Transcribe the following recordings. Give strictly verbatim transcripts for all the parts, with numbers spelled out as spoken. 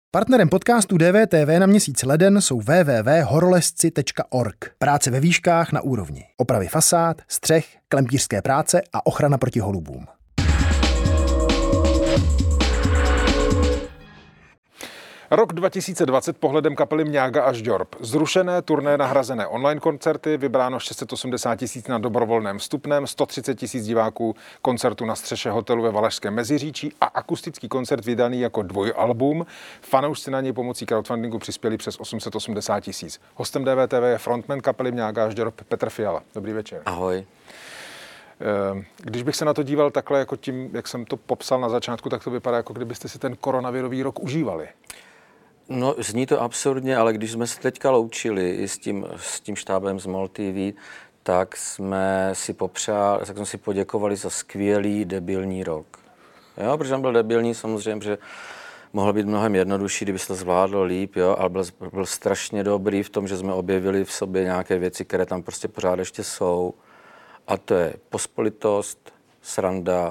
Partnerem podcastu D V T V na měsíc leden jsou w w w tečka horolezci tečka org. Práce ve výškách na úrovni. Opravy fasád, střech, klempířské práce a ochrana proti holubům. Rok dva tisíce dvacet pohledem kapely Mňága a Žďorb. Zrušené turné, nahrazené online koncerty, vybráno šest set osmdesát tisíc na dobrovolném vstupném, sto třicet tisíc diváků koncertu na střeše hotelu ve Valašském Meziříčí a akustický koncert vydaný jako dvojalbum. Fanoušci na něj pomocí crowdfundingu přispěli přes osm set osmdesát tisíc. Hostem D V T V je frontman kapely Mňága a Žďorb Petr Fiala. Dobrý večer. Ahoj. Když bych se na to díval takhle, jako tím, jak jsem to popsal na začátku, tak to vypadá, jako kdybyste si ten koronavirový rok užívali. No, zní to absurdně, ale když jsme se teďka loučili i s tím, s tím štábem z MOL T V, tak jsme si popřáli, tak jsme si poděkovali za skvělý debilní rok. Jo, protože on byl debilní, samozřejmě, že mohl být mnohem jednodušší, kdyby se to zvládlo líp, jo, ale byl, byl strašně dobrý v tom, že jsme objevili v sobě nějaké věci, které tam prostě pořád ještě jsou. A to je pospolitost, sranda,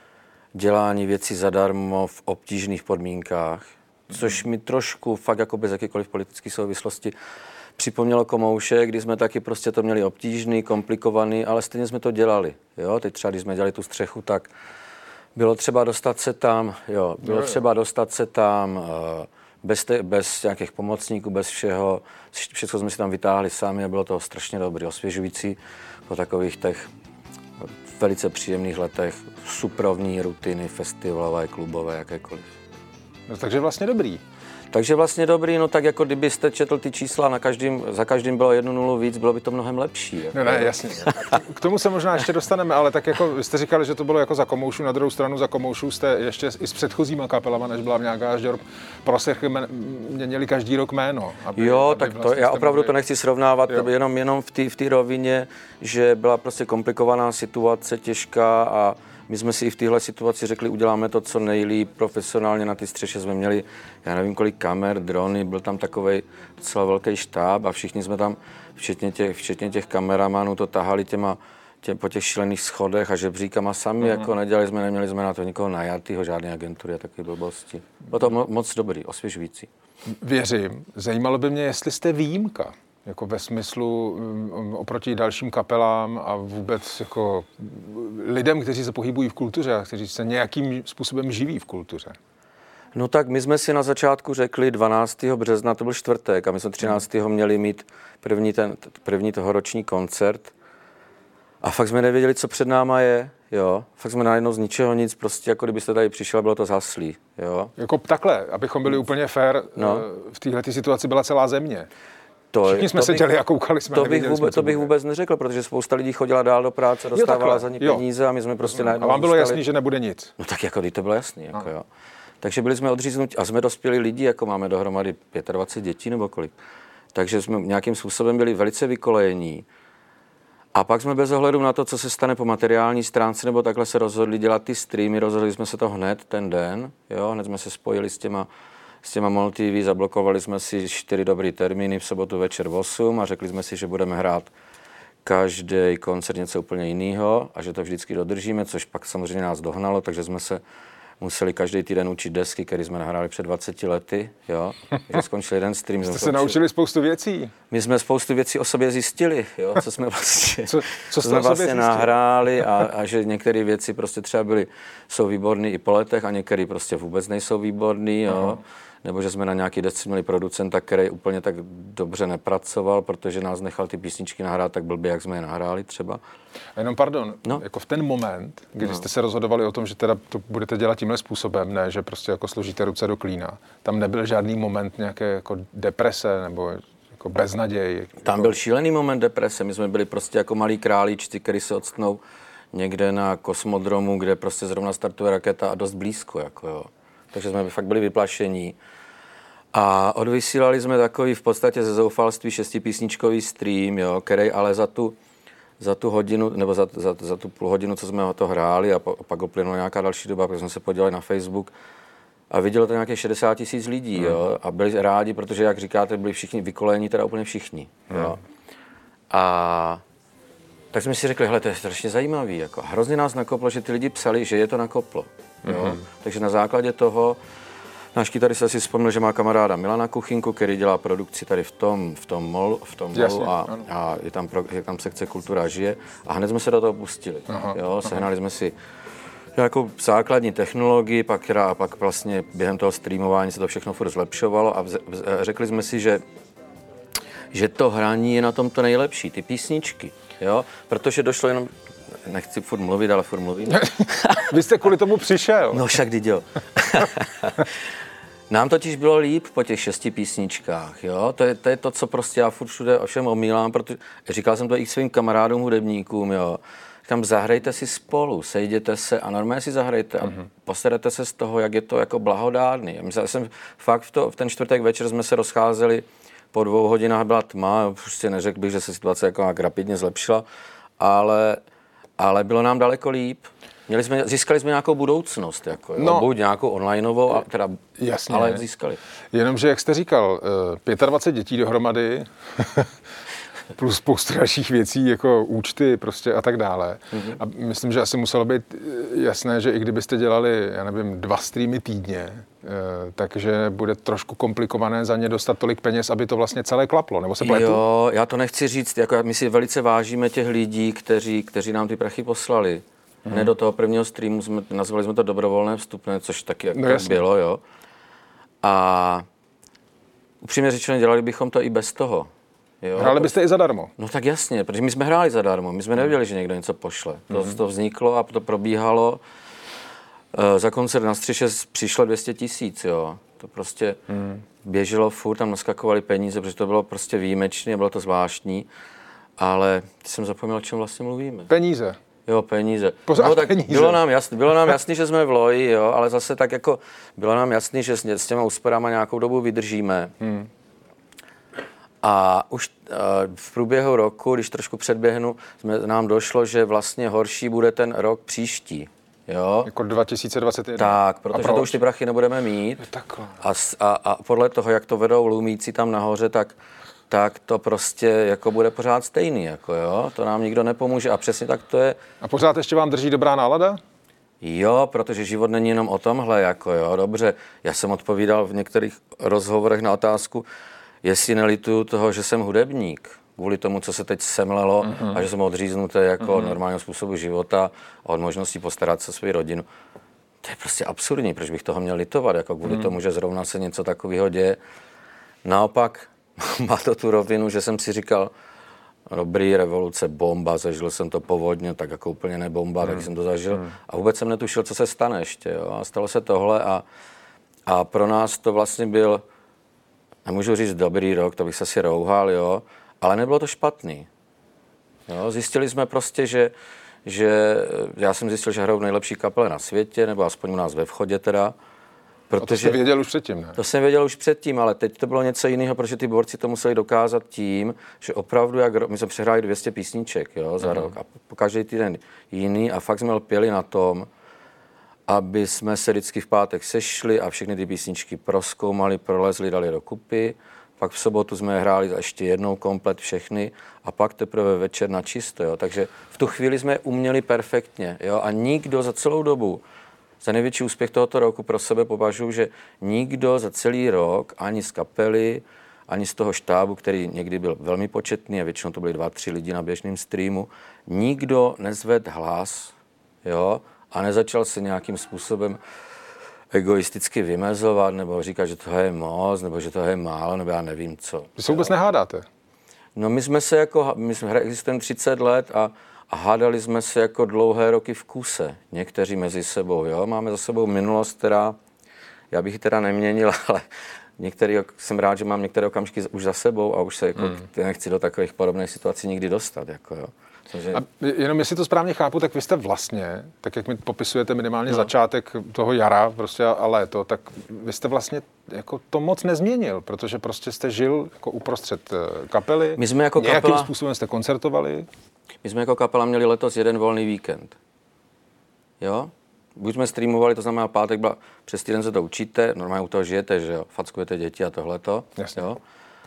dělání věcí zadarmo v obtížných podmínkách, což mi trošku, fakt jako bez jakékoliv politické souvislosti, připomnělo Komouše, kdy jsme taky prostě to měli obtížný, komplikovaný, ale stejně jsme to dělali. Jo? Teď třeba, když jsme dělali tu střechu, tak bylo třeba dostat se tam, jo, bylo třeba dostat se tam bez, te, bez nějakých pomocníků, bez všeho. Všechno jsme si tam vytáhli sami a bylo to strašně dobrý, osvěžující po takových těch velice příjemných letech, suprovní rutiny, festivalové, klubové, jakékoliv. No, takže vlastně dobrý. Takže vlastně dobrý, no tak jako kdybyste četl ty čísla, na každým, za každým bylo jednu nulu víc, bylo by to mnohem lepší. Jako. No ne, jasně. K tomu se možná ještě dostaneme, ale tak jako vy jste říkali, že to bylo jako za Komoušů, na druhou stranu za Komoušů jste ještě i s předchozíma kapelama, než byla Mňága a Žďorb, prosechy měnili každý rok jméno. Aby, jo, aby tak vlastně to, já opravdu mohli... to nechci srovnávat, jo. jenom, jenom v té v té rovině, že byla prostě komplikovaná situace, těžká a my jsme si i v téhle situaci řekli, uděláme to co nejlíp, profesionálně na ty střeše jsme měli, já nevím kolik kamer, drony, byl tam takovej docela velký štáb a všichni jsme tam, včetně těch, včetně těch kameramanů, to tahali těma, tě, po těch šílených schodech a žebříkama sami, mm. jako nedělali jsme, neměli jsme na to nikoho najatýho, žádné agentury a takové blbosti. Bylo to mo- moc dobrý, osvěžující. Věřím. Zajímalo by mě, jestli jste výjimka. Jako ve smyslu um, oproti dalším kapelám a vůbec jako lidem, kteří se pohybují v kultuře a kteří se nějakým způsobem živí v kultuře. No tak my jsme si na začátku řekli dvanáctého března, to byl čtvrtek, a my jsme třináctého měli mít první, ten, první tohoroční koncert. A fakt jsme nevěděli, co před náma je, jo. Fakt jsme najednou z ničeho nic, prostě jako kdybyste tady přišel, bylo to zhaslý, jo. Jako takhle, abychom byli úplně fair, no. V téhleté situaci byla celá země. To, Všichni jsme seděli a koukali jsme. To bych, vůbec, jsme, to bych vůbec neřekl, protože spousta lidí chodila dál do práce, dostávala jo, za ně peníze a my jsme prostě najednou. A vám bylo zůstali... jasný, že nebude nic. No tak jako, to bylo jasný, jako jo. Takže byli jsme odříznutí a jsme dospělí lidi, jako máme dohromady dvacet pět dětí nebo kolik. Takže jsme nějakým způsobem byli velice vykolejení. A pak jsme bez ohledu na to, co se stane po materiální stránce, nebo takhle se rozhodli dělat ty streamy, rozhodli jsme se to hned ten den, jo, hned jsme se spojili s těma S těma MOL T V, zablokovali jsme si čtyři dobrý termíny v sobotu večer v osm a řekli jsme si, že budeme hrát každý koncert něco úplně jiného a že to vždycky dodržíme, což pak samozřejmě nás dohnalo, takže jsme se museli každý týden učit desky, které jsme nahráli před dvaceti lety, jo. Že skončil jeden stream. Jste se naučili spoustu věcí. My jsme spoustu věcí o sobě zjistili, jo, co jsme vlastně, co, co jsme vlastně nahráli a, a že některé věci prostě třeba byly, jsou výborný i po letech a některé prostě vůbec nejsou výborný, jo. Aha. Nebo že jsme na nějaký desce měli producenta, který úplně tak dobře nepracoval, protože nás nechal ty písničky nahrát tak blbě, jak jsme je nahráli třeba. A jenom pardon, no? Jako v ten moment, kdy no. jste se rozhodovali o tom, že teda to budete dělat tímhle způsobem, ne, že prostě jako složíte ruce do klína, tam nebyl žádný moment nějaké jako deprese nebo jako beznaděj? Tam jako... byl šílený moment deprese, my jsme byli prostě jako malí králíčci, který se odstnou někde na kosmodromu, kde prostě zrovna startuje raketa a dost blízko, jako jo. Takže jsme fakt byli vyplašení. A odvysílali jsme takový v podstatě ze zoufalství šestipísničkový stream, jo, který ale za tu, za tu hodinu, nebo za, za, za tu půl hodinu, co jsme to hráli a po, pak uplynula nějaká další doba, protože jsme se podívali na Facebook a vidělo to nějakých šedesát tisíc lidí, jo, a byli rádi, protože, jak říkáte, byli všichni vykolení, teda úplně všichni, jo. A tak jsme si řekli, hele, to je strašně zajímavý, jako hrozně nás nakoplo, že ty lidi psali, že je to nakoplo, jo. Mm-hmm. Takže na základě toho Náš kytarista si vzpomněl, že má kamaráda Milana Kuchynku, který dělá produkci tady v tom, v tom molu, v tom Jasně, molu a, a je, tam pro, je tam sekce Kultura žije. A hned jsme se do toho pustili. Aha, jo, sehnali aha. jsme si nějakou základní technologii, pak, která, pak vlastně během toho streamování se to všechno furt zlepšovalo a vz, vz, řekli jsme si, že, že to hraní je na tom to nejlepší, ty písničky, jo, protože došlo jenom, nechci furt mluvit, ale furt mluvím. Vy jste kvůli tomu přišel. No však kdy jo. Nám totiž bylo líp po těch šesti písničkách, jo, to je, to je to, co prostě já furt všude ovšem omílám, protože říkal jsem to i svým kamarádům hudebníkům, jo, tam zahrajte si spolu, sejděte se a normálně si zahrajte a mm-hmm. postarejte se z toho, jak je to jako blahodárný. Já jsem fakt v, to, v ten čtvrtek večer jsme se rozcházeli, po dvou hodinách byla tma, prostě neřekl bych, že se situace jako nějak rapidně zlepšila, ale, ale bylo nám daleko líp. Měli jsme, získali jsme nějakou budoucnost, jako, no, buď nějakou onlineovou, a, teda, jasně, ale získali. Jenomže, jak jste říkal, dvacet pět dětí dohromady, plus spoustu dalších věcí, jako účty prostě a tak dále. Mm-hmm. A myslím, že asi muselo být jasné, že i kdybyste dělali, já nevím, dva streamy týdně, takže bude trošku komplikované za ně dostat tolik peněz, aby to vlastně celé klaplo, nebo se pletu? Jo, já to nechci říct, jako my si velice vážíme těch lidí, kteří, kteří nám ty prachy poslali. Mm-hmm. Hned do toho prvního streamu jsme, nazvali jsme to dobrovolné vstupné, což taky jako no, bylo, jo. A upřímně řečeno, dělali bychom to i bez toho. Jo. Hráli byste i zadarmo? No tak jasně, protože my jsme hráli zadarmo, my jsme nevěděli, že někdo něco pošle. To, mm-hmm. to vzniklo a to probíhalo. E, za koncert na Střeše přišlo dvě stě tisíc, jo. To prostě mm. běželo furt, tam naskakovaly peníze, protože to bylo prostě výjimečné a bylo to zvláštní. Ale jsem zapomněl, o čem vlastně mluvíme. Peníze. Jo, peníze. Pořád no, tak peníze. Bylo nám jasný, bylo nám jasný, že jsme v loji, jo, ale zase tak jako bylo nám jasný, že s těma úsporama nějakou dobu vydržíme. Hmm. A už uh, v průběhu roku, když trošku předběhnu, jsme, nám došlo, že vlastně horší bude ten rok příští. Jo? Jako dva tisíce dvacet jedna. Tak, protože to už ty prachy nebudeme mít. A, a, a podle toho, jak to vedou lumíci tam nahoře, tak tak to prostě jako bude pořád stejný, jako jo, to nám nikdo nepomůže a přesně tak to je. A pořád ještě vám drží dobrá nálada? Jo, protože život není jenom o tomhle, jako jo, dobře, já jsem odpovídal v některých rozhovorech na otázku, jestli nelituju toho, že jsem hudebník, kvůli tomu, co se teď semlelo uh-huh. a že jsem odříznutý jako uh-huh. od normálního způsobu života a od možností postarat se o svou rodinu. To je prostě absurdní, proč bych toho měl litovat, jako kvůli uh-huh. tomu, že zrovna se něco takového děje. Naopak, má to tu rovinu, že jsem si říkal, dobrý, revoluce, bomba, zažil jsem to povodně, tak jako úplně nebomba, hmm. tak jsem to zažil. Hmm. A vůbec jsem netušil, co se stane ještě. Jo. A stalo se tohle a, a pro nás to vlastně byl, nemůžu říct dobrý rok, to bych se si rouhal, jo, ale nebylo to špatný. Jo. Zjistili jsme prostě, že, že já jsem zjistil, že hrajou nejlepší kapele na světě, nebo aspoň u nás ve Vchodě teda. Protože, a to jste věděl už předtím, ne? To jsem věděl už předtím, ale teď to bylo něco jiného, protože ty borci to museli dokázat tím, že opravdu, jak my jsme přehráli dvě stě písniček, jo, za uh-huh. rok a po každý týden jiný a fakt jsme lpěli na tom, aby jsme se vždycky v pátek sešli a všechny ty písničky prozkoumali, prolezli, dali dokupy. Pak v sobotu jsme hráli ještě jednou komplet všechny a pak teprve večer na čisto, jo. Takže v tu chvíli jsme uměli perfektně, jo, a nikdo za celou dobu, za největší úspěch tohoto roku pro sebe považuji, že nikdo za celý rok, ani z kapely, ani z toho štábu, který někdy byl velmi početný a většinou to byly dva, tři lidi na běžném streamu, nikdo nezved hlas, jo, a nezačal se nějakým způsobem egoisticky vymezovat, nebo říkat, že toho je moc, nebo že toho je málo, nebo já nevím co. Vy se vůbec nehádáte? No my jsme se jako, my jsme existujeme třicet let a A hádali jsme se jako dlouhé roky v kuse, někteří mezi sebou, jo. Máme za sebou minulost, která, já bych ji teda neměnil, ale některý, jsem rád, že mám některé okamžiky už za sebou a už se jako hmm. nechci do takových podobných situací nikdy dostat, jako jo. Takže... A jenom jestli to správně chápu, tak vy jste vlastně, tak jak mi popisujete minimálně no. začátek toho jara prostě a léto, tak vy jste vlastně jako to moc nezměnil, protože prostě jste žil jako uprostřed kapely, my jsme jako nějakým kapela... způsobem jste koncertovali. My jsme jako kapela měli letos jeden volný víkend. Jo? Buď jsme streamovali, to znamená pátek byla, přes týden se to učíte, normálně u toho žijete, že jo, fackujete děti a tohleto. Jasně. Jo?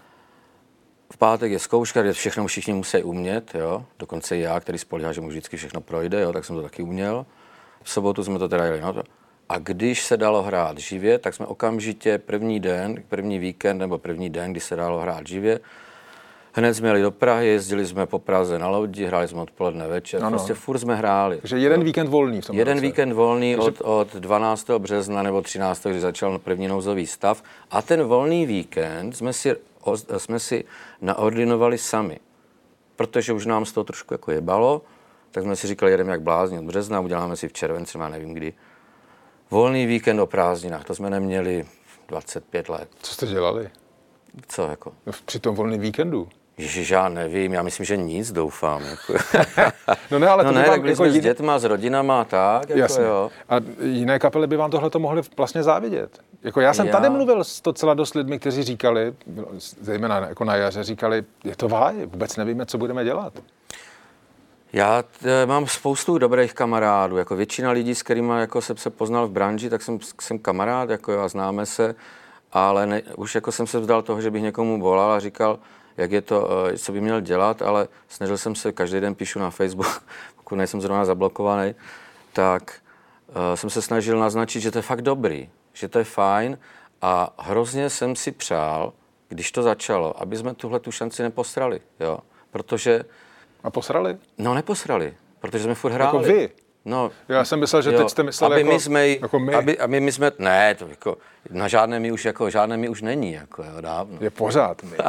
V pátek je zkouška, kde všechno všichni musí umět, jo? Dokonce i já, který spolíhá, že mu vždycky všechno projde, jo? Tak jsem to taky uměl. V sobotu jsme to teda jeli, no to. A když se dalo hrát živě, tak jsme okamžitě první den, první víkend nebo první den, kdy se dalo hrát živě, hned jsme jeli do Prahy, jezdili jsme po Praze na lodi, hráli jsme odpoledne večer, ano. Prostě furt jsme hráli. Takže jeden víkend volný v tom Jeden roce. víkend volný Takže... od, od dvanáctého března nebo třináctého kdy začal první nouzový stav. A ten volný víkend jsme si, jsme si naordinovali sami. Protože už nám z toho trošku jako jebalo, tak jsme si říkali, jedeme jak blázni od března, uděláme si v červenci, já nevím kdy. Volný víkend o prázdninách, to jsme neměli dvacet pět let. Co jste dělali? Co jako? Při tom volném víkendu? Ježiš, já nevím, já myslím, že nic, doufám. Jako. no ne, ale no to ne, by vám, tak byli jako jsme jiný... s dětma, s rodinama a tak. Jako Jasně. Jo. A jiné kapely by vám tohleto mohly vlastně závidět. Jako já jsem já... tady mluvil s docela dost lidmi, kteří říkali, zejména jako na jaře, říkali, je to váj, vůbec nevíme, co budeme dělat. Já t- mám spoustu dobrých kamarádů, jako většina lidí, s kterými jako jsem se poznal v branži, tak jsem, jsem kamarád, jako a známe se, ale ne, už jako jsem se vzdal toho, že bych někomu volal a říkal, jak je to, co by měl dělat, ale snažil jsem se, každý den píšu na Facebook, pokud nejsem zrovna zablokovaný, tak uh, jsem se snažil naznačit, že to je fakt dobrý, že to je fajn a hrozně jsem si přál, když to začalo, aby jsme tuhle tu šanci neposrali, jo, protože A posrali? No neposrali, protože jsme furt hráli. Jako vy? No, já jsem myslel, že jo, teď jste myslel aby jako, my jsme, jako my. Aby, aby my jsme, ne, to jako, na žádné mi už, jako, žádné mi už není, jako jo, dávno. Je pořád my.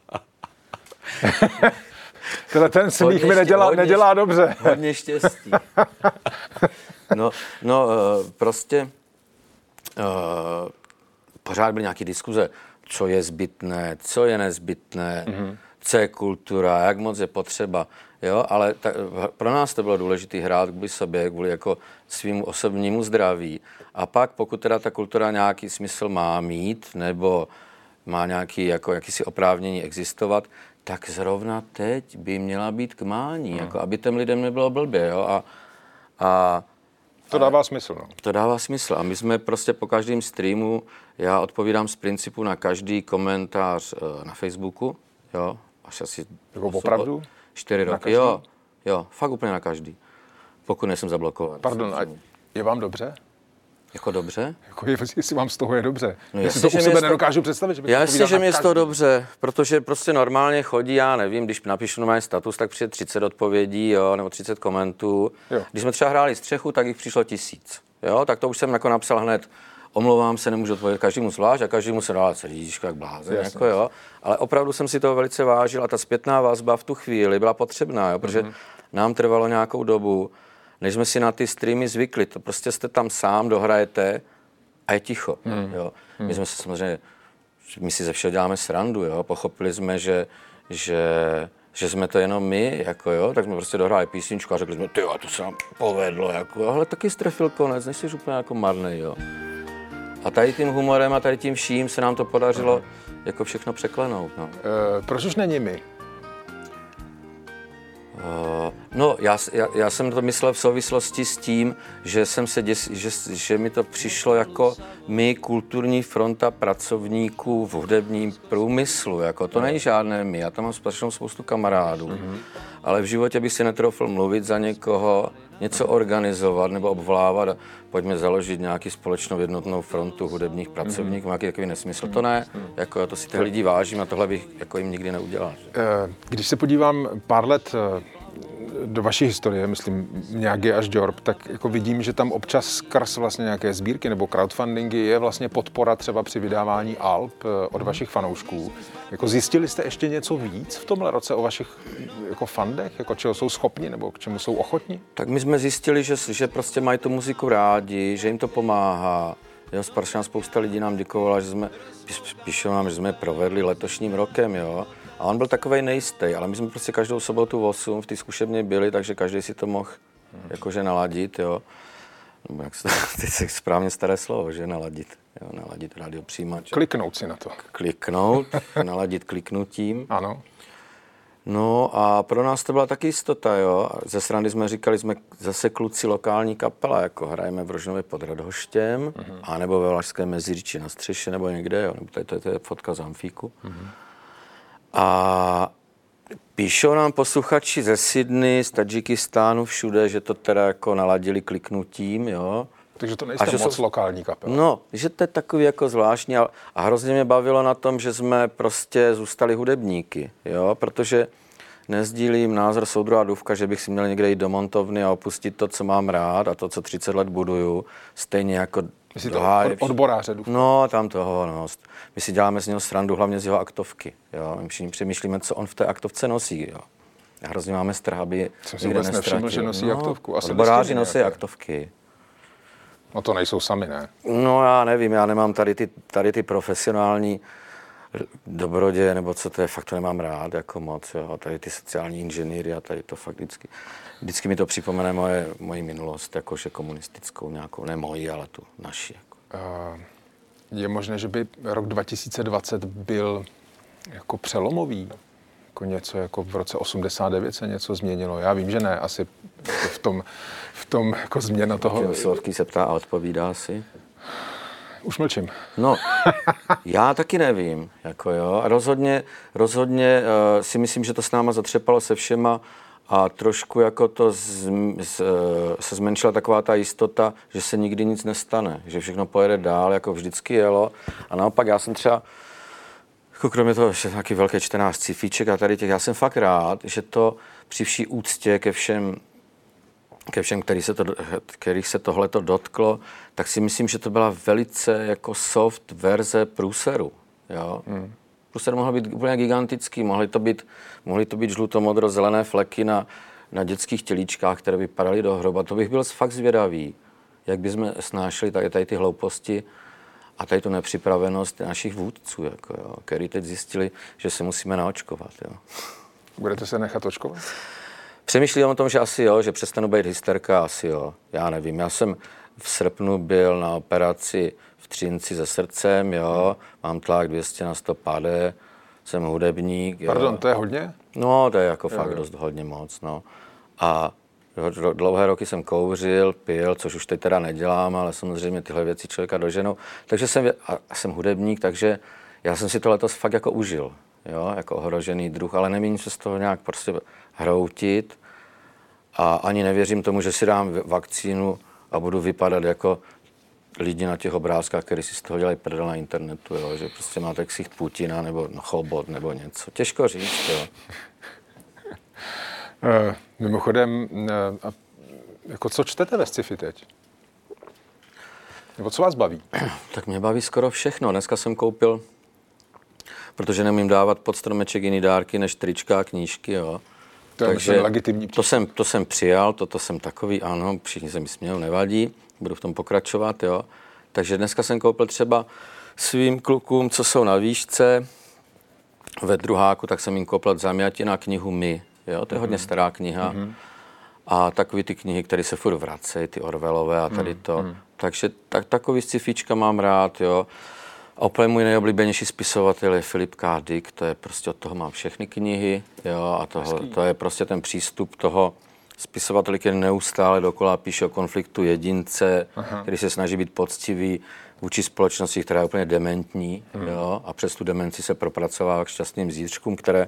Teda ten smích mi nedělá, hodně, nedělá dobře. Hodně štěstí. no, no, prostě uh, pořád byly nějaké diskuze, co je zbytné, co je nezbytné, mm-hmm. co je kultura, jak moc je potřeba. Jo, ale ta, pro nás to bylo důležité hrát kvůli sobě, kvůli jako svýmu osobnímu zdraví. A pak, pokud teda ta kultura nějaký smysl má mít, nebo má nějaký jako jakýsi oprávnění existovat, tak zrovna teď by měla být k mání, hmm. jako aby těm lidem nebylo blbě, jo. A, a to dává smysl, no. To dává smysl. A my jsme prostě po každém streamu, já odpovídám z principu na každý komentář na Facebooku, jo, až asi... Jako opravdu? Čtyři roky, jo, jo, fakt úplně na každý, pokud nejsem zablokovaný. Pardon, a je vám dobře? Jako dobře? Jako jestli vám z toho je dobře. No já si to u sebe nedokážu představit, že bych Já si, že mi je z toho dobře, protože prostě normálně chodí, já nevím, když napíšu na status, tak přijde třicet odpovědí, jo, nebo třicet komentů. Jo. Když jsme třeba hráli střechu, tak jich přišlo tisíc, jo, tak to už jsem jako napsal hned, omlouvám se, nemůžu odpovědět každému zvlášť a každému se dá sedíčko jak blázen, jako jo. Ale opravdu jsem si toho velice vážil a ta zpětná vazba v tu chvíli byla potřebná, jo, protože mm-hmm. nám trvalo nějakou dobu, než jsme si na ty streamy zvykli. To prostě jste tam sám, dohrajete a je ticho, mm. jo. My jsme se samozřejmě, my si ze všeho děláme srandu, jo. Pochopili jsme, že, že, že jsme to jenom my, jako jo, tak jsme prostě dohráli písničku a řekli jsme, tyjo, to se nám povedlo, jako, ale taky strefil konec, nejsi úplně jako marnej, jo. A tady tím humorem a tady tím vším se nám to podařilo uh-huh. jako všechno překlenout. No, uh, proč už není my? Uh, no, já, já, já jsem to myslel v souvislosti s tím, že, jsem se děs, že, že mi to přišlo jako my, kulturní fronta pracovníků v hudebním průmyslu. Jako, to není žádné my, já tam mám strašnou spoustu kamarádů, uh-huh. ale v životě bych si netroufl mluvit za někoho, něco organizovat nebo obvolávat a pojďme založit nějaký společnou jednotnou frontu hudebních pracovníků, mm-hmm. nějaký takový nesmysl. To ne, jako to si těch lidí vážím a tohle bych jako jim nikdy neudělal. Když se podívám pár let do vaší historie, myslím nějaký až Jorb, tak jako vidím, že tam občas skrz vlastně nějaké sbírky nebo crowdfundingy je vlastně podpora třeba při vydávání alb od vašich fanoušků. Jako zjistili jste ještě něco víc v tomhle roce o vašich jako fandech, jako čeho jsou schopni nebo k čemu jsou ochotni? Tak my jsme zjistili, že, že prostě mají tu muziku rádi, že jim to pomáhá. Jo, spousta lidí nám děkovala, že jsme, píšou nám, že jsme provedli letošním rokem, jo. A on byl takovej nejistý, ale my jsme prostě každou sobotu v osm v té zkušebně byli, takže každý si to mohl jakože naladit, jo. Nebo jak se teď se správně staré slovo, že naladit, jo, naladit radiopřijímač. Kliknout si na to. Kliknout, naladit kliknutím. Ano. No a pro nás to byla taky jistota, jo. Ze srandy jsme říkali, jsme zase kluci lokální kapela, jako hrajeme v Rožnově pod Radhoštěm, uh-huh. anebo ve Valašské Meziříči na střeše, nebo někde, jo. Nebo to je, to je fotka z Amfíku. Uh-huh. A píšou nám posluchači ze Sydney, z Tadžikistánu, všude, že to teda jako naladili kliknutím, jo. Takže to nejste moc jsou... lokální kapela. No, že to je takový jako zvláštní a, a hrozně mě bavilo na tom, že jsme prostě zůstali hudebníky, jo, protože nezdílím názor soudruha Dufka, že bych si měl někde jít do montovny a opustit to, co mám rád a to, co třicet let buduju, stejně jako doháje. Odboráře Dufka. No, tam toho, no. My si děláme z něho srandu, hlavně z jeho aktovky, jo. My všichni přemýšlíme, co on v té aktovce nosí, jo. A hrozně máme strach, aby jsem si vůbec nevšiml, že nosí no, aktovku. Asi odboráři nosí aktovky. No to nejsou sami, ne? No já nevím, já nemám tady ty, tady ty profesionální dobroděje, nebo co to je, fakt to nemám rád jako moc, jo. A tady ty sociální inženýry a tady to fakt vždycky, vždycky mi to připomene moje, moji minulost, jakože komunistickou nějakou, ne moji, ale tu naši. Jako. Uh, je možné, že by rok dva tisíce dvacet byl jako přelomový? Jako něco jako v roce osmdesát devět se něco změnilo? Já vím, že ne, asi v tom, v tom jako změna toho... Vyslovský se ptá a odpovídá si. Už mlčím. No, já taky nevím, jako jo. Rozhodně, rozhodně uh, si myslím, že to s náma zatřepalo se všema a trošku jako to z, z, uh, se zmenšila taková ta jistota, že se nikdy nic nestane, že všechno pojede dál, jako vždycky jelo. A naopak já jsem třeba, jako kromě toho, že taky velký čtenář sci-fíček a tady těch, já jsem fakt rád, že to při vší úctě ke všem ke všem, který se to, kterých se tohleto dotklo, tak si myslím, že to byla velice jako soft verze průseru. Jo? Hmm. Průser mohl být úplně gigantický, mohly to být, mohly to být žluto-modro-zelené fleky na, na dětských tělíčkách, které vypadaly do hroba. To bych byl fakt zvědavý, jak bychom snášeli tady, tady ty hlouposti a tady tu nepřipravenost našich vůdců, jako, jo, který teď zjistili, že se musíme naočkovat. Jo. Budete se nechat očkovat? Přemýšlím o tom, že asi jo, že přestanu být hysterka, asi jo. Já nevím, já jsem v srpnu byl na operaci v Třinci se srdcem, jo. Mám tlak dvě stě na sto padé, jsem hudebník, jo. Pardon, to je hodně? No, to je jako jo, fakt jo. dost hodně moc, no. A dlouhé roky jsem kouřil, pil, což už teď teda nedělám, ale samozřejmě tyhle věci člověka doženou. Takže jsem, a jsem hudebník, takže já jsem si to letos fakt jako užil, jo, jako ohrožený druh, ale nemíním se z toho nějak prostě hroutit a ani nevěřím tomu, že si dám vakcínu a budu vypadat jako lidi na těch obrázkách, kteří si z toho dělají prdel na internetu, jo, že prostě máte ksicht Putina nebo no, Chobot nebo něco. Těžko říct, jo. Uh, mimochodem, uh, a jako co čtete ve sci-fi teď? Nebo co vás baví? Tak mě baví skoro všechno. Dneska jsem koupil, protože nemím dávat pod stromeček jiný dárky než trička a knížky, jo. To je Takže legitimní to jsem, to jsem přijal, toto jsem takový, ano, všichni se mi smějou, nevadí, budu v tom pokračovat, jo. Takže dneska jsem koupil třeba svým klukům, co jsou na výšce, ve druháku, tak jsem jim koupil Zamjatina knihu My, jo, to je mm-hmm. hodně stará kniha. Mm-hmm. A takový ty knihy, které se furt vracejí, ty Orwellové a tady to. Mm-hmm. Takže tak, takový sci-fíčka mám rád, jo. A úplně můj nejoblíbenější spisovatel je Philip K. Dick, to je prostě od toho mám všechny knihy, jo, a toho, to je prostě ten přístup toho spisovatele, který neustále dokola píše o konfliktu jedince, Aha. který se snaží být poctivý vůči společnosti, která je úplně dementní, hmm. jo, a přes tu demenci se propracovává k šťastným zítřkům, které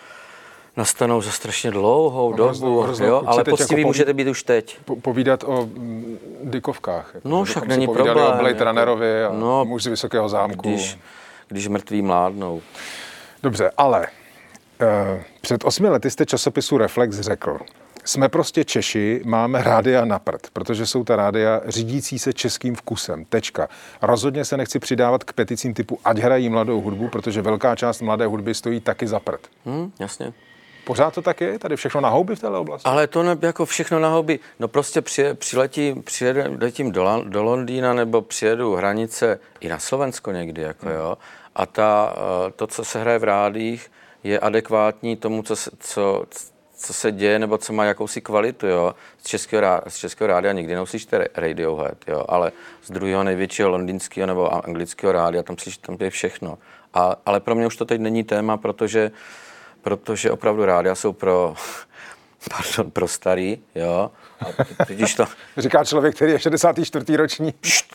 nastanou za strašně dlouhou dobu, hrozno, hrozno, jo, ale poctivý jako můžete být už teď. Po, povídat o mm, Dickovkách. Jako, no, však není problém. O Blade Runnerovi a no, Muž z vysokého zámku. Když, když mrtví mládnou. Dobře, ale uh, před osmi lety jste časopisu Reflex řekl, jsme prostě Češi, máme rádia na prd, protože jsou ta rádia řídící se českým vkusem. Tečka. Rozhodně se nechci přidávat k peticím typu ať hrají mladou hudbu, protože velká část mladé hudby stojí taky za prd. Hmm, jasně. Pořád to tak je? Tady všechno na houby v téhle oblasti? Ale to ne, jako všechno na houby. No prostě při, přiletím, přiletím do, do Londýna nebo přijedu hranice i na Slovensko někdy, jako hmm. jo. A ta, to, co se hraje v rádiích, je adekvátní tomu, co, co, co se děje, nebo co má jakousi kvalitu, jo. Z českého, z českého rádia nikdy neuslyšíte Radiohead, jo, ale z druhého největšího londýnského nebo anglického rádia, tam slyšíte, tam je všechno. A, ale pro mě už to teď není téma, protože protože opravdu rádia jsou pro, pardon, pro starý, jo. A tudíž to... Říká člověk, který je šedesátý čtvrtý roční.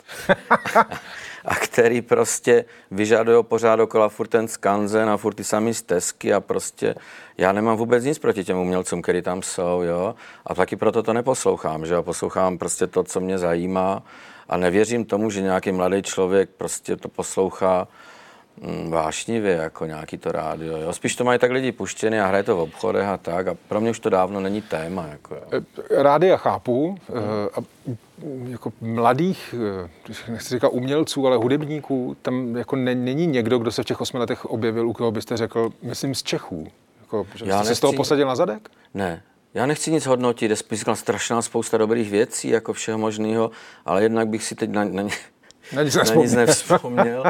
A který prostě vyžadují pořád dokola furt ten skanzen a furt ty samý stezky a prostě já nemám vůbec nic proti těm umělcům, který tam jsou, jo. A taky proto to neposlouchám, že jo. Poslouchám prostě to, co mě zajímá A nevěřím tomu, že nějaký mladý člověk prostě to poslouchá mm, vášnivě, jako nějaký to rádio. Jo. Spíš to mají tak lidi puštěný a hraje to v obchodech a tak. A pro mě už to dávno není téma. Jako, jo. Rádia chápu. A jako mladých, nechci říkat umělců, ale hudebníků, tam jako není někdo, kdo se v těch osmi letech objevil, u koho byste řekl, myslím z Čechů. Jako, že jste se z toho posadil na zadek? Ne. Já nechci nic hodnotit, je spíš strašná spousta dobrých věcí, jako všeho možného, ale jednak bych si teď na, na, na nic, na nic nevzpomněl.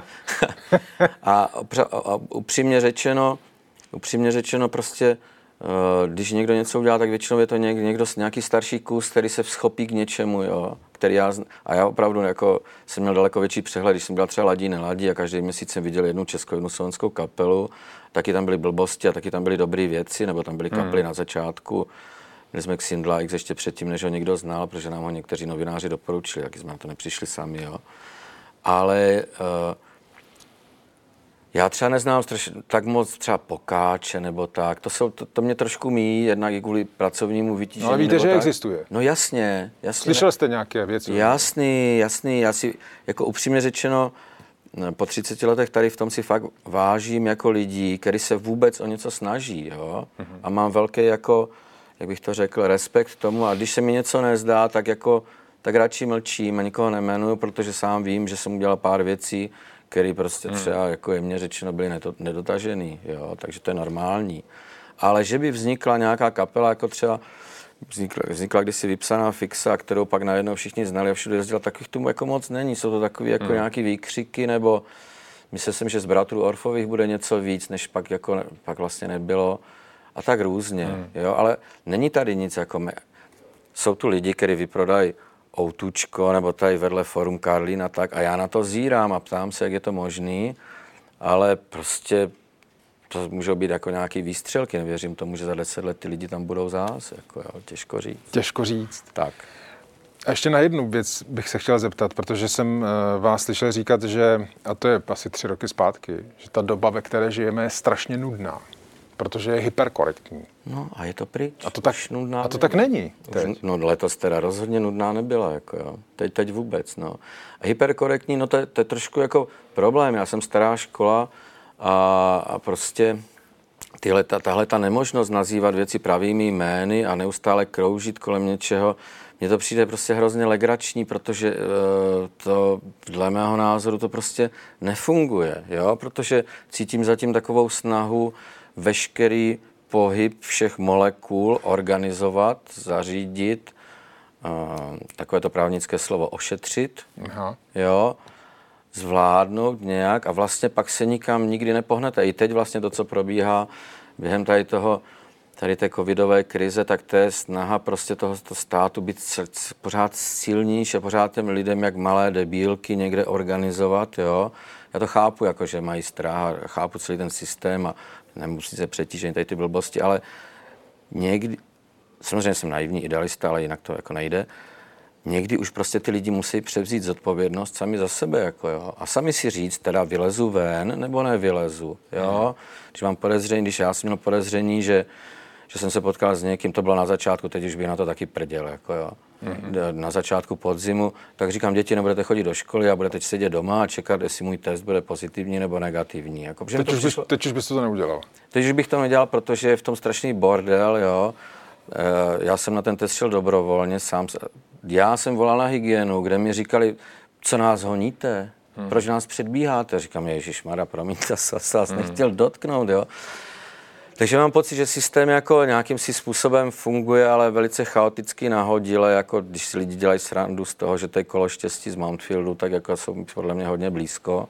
a, opře, a upřímně řečeno, upřímně řečeno prostě, uh, když někdo něco udělá, tak většinou je to něk, někdo, nějaký starší kus, který se vzchopí k něčemu, jo, který já, a já opravdu jako jsem měl daleko větší přehled, když jsem dělal třeba Ladí, neladí a každý měsíc jsem viděl jednu českou, jednu slovenskou kapelu, taky tam byly blbosti a taky tam byly dobré věci, nebo tam byly kapely hmm. na začátku. Měli jsme Xindla X ještě předtím, než ho někdo znal, protože nám ho někteří novináři doporučili, taky jsme na to nepřišli sami, jo. Ale uh, já třeba neznám straš, tak moc třeba Pokáče nebo tak, to, jsou, to, to mě trošku míjí, jednak i kvůli pracovnímu vytížení. No ale víte, že tak. Existuje. No jasně, jasně. Slyšel jste nějaké věci? Jasný, jasný, já si, jako upřímně řečeno, po třiceti letech tady v tom si fakt vážím jako lidí, kteří se vůbec o něco snaží, jo. Mm-hmm. A mám velký jako, jak bych to řekl, respekt tomu a když se mi něco nezdá, tak jako, tak radši mlčím a nikoho nemenuju, protože sám vím, že jsem udělal pár věcí, které prostě třeba, jako jemně řečeno, byly nedotažený, jo, takže to je normální. Ale že by vznikla nějaká kapela, jako třeba vznikla, vznikla kdysi Vypsaná fixa, kterou pak najednou všichni znali a všude jezdila, takových tomu jako moc není. Jsou to takové jako hmm. nějaký výkřiky, nebo myslel jsem, že z bratrů Orfových bude něco víc, než pak, jako, pak vlastně nebylo. A tak různě, hmm. jo, ale není tady nic jako... Me... Jsou tu lidi, kteří vyprodají Outučko, nebo tady vedle Forum Karlín a tak, a já na to zírám a ptám se, jak je to možný, ale prostě to můžou být jako nějaký výstřelky, nevěřím tomu, že za deset let ty lidi tam budou zás, jako jo, těžko říct. Těžko říct. Tak. A ještě na jednu věc bych se chtěl zeptat, protože jsem vás slyšel říkat, že, a to je asi tři roky zpátky, že ta doba, ve které žijeme, je strašně nudná, protože je hyperkorektní. No a je to pryč. A to tak, nudná a to tak není. Už, no letos teda rozhodně nudná nebyla, jako jo. Teď, teď vůbec, no. A hyperkorektní, no to je, to je trošku jako problém. Já jsem stará škola a, a prostě tyhle, ta, tahle ta nemožnost nazývat věci pravými jmény a neustále kroužit kolem něčeho, mně to přijde prostě hrozně legrační, protože uh, to dle mého názoru to prostě nefunguje, jo, protože cítím zatím takovou snahu veškerý pohyb všech molekul organizovat, zařídit, uh, takové to právnické slovo ošetřit, Aha. jo, zvládnout nějak a vlastně pak se nikam nikdy nepohnete. I teď vlastně to, co probíhá během tady toho, tady té covidové krize, tak to je snaha prostě toho, toho státu být pořád silnější a pořád těm lidem jak malé debílky někde organizovat, jo. Já to chápu, jako že mají strach, chápu celý ten systém a nemusí se přetížit tady ty blbosti, ale někdy, samozřejmě jsem naivní idealista, ale jinak to jako nejde, někdy už prostě ty lidi musí převzít zodpovědnost sami za sebe, jako jo. A sami si říct, teda vylezu ven, nebo nevylezu, jo. Když mám podezření, když já jsem měl podezření, že, že jsem se potkal s někým, to bylo na začátku, teď už bych na to taky prděl, jako jo. Mm-hmm. Na začátku podzimu, tak říkám, děti, nebudete chodit do školy a budete sedět doma a čekat, jestli můj test bude pozitivní nebo negativní. Jako, teď, už přišlo... teď už byste to neudělal. Teď už bych to neudělal, protože je v tom strašný bordel, jo. Já jsem na ten test šel dobrovolně, sám. Já jsem volal na hygienu, kde mi říkali, co nás honíte, hmm. proč nás předbíháte. Říkám, ježišmarja, promiňte, já jsem se vás hmm. nechtěl dotknout, jo. Takže mám pocit, že systém jako nějakým si způsobem funguje, ale velice chaoticky nahodile, jako když si lidi dělají srandu z toho, že to je kolo štěstí z Mountfieldu, tak jako jsou podle mě hodně blízko.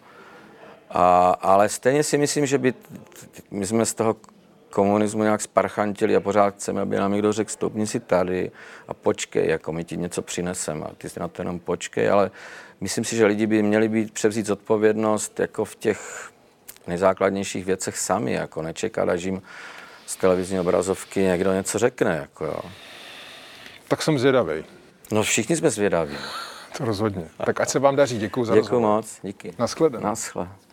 A, ale stejně si myslím, že by, my jsme z toho komunismu nějak sparchantili a pořád chceme, aby nám někdo řekl, stoupni si tady a počkej, jako my ti něco přineseme a ty si na to jenom počkej, ale myslím si, že lidi by měli být převzít zodpovědnost jako v těch nejzákladnějších věcech sami, jako nečekat, až jim z televizní obrazovky někdo něco řekne, jako jo. Tak jsem zvědavej. No všichni jsme zvědaví. To rozhodně. Tak ať se vám daří, děkuju za rozhovor. Děkuju moc, díky. Naschledanou. Naschle.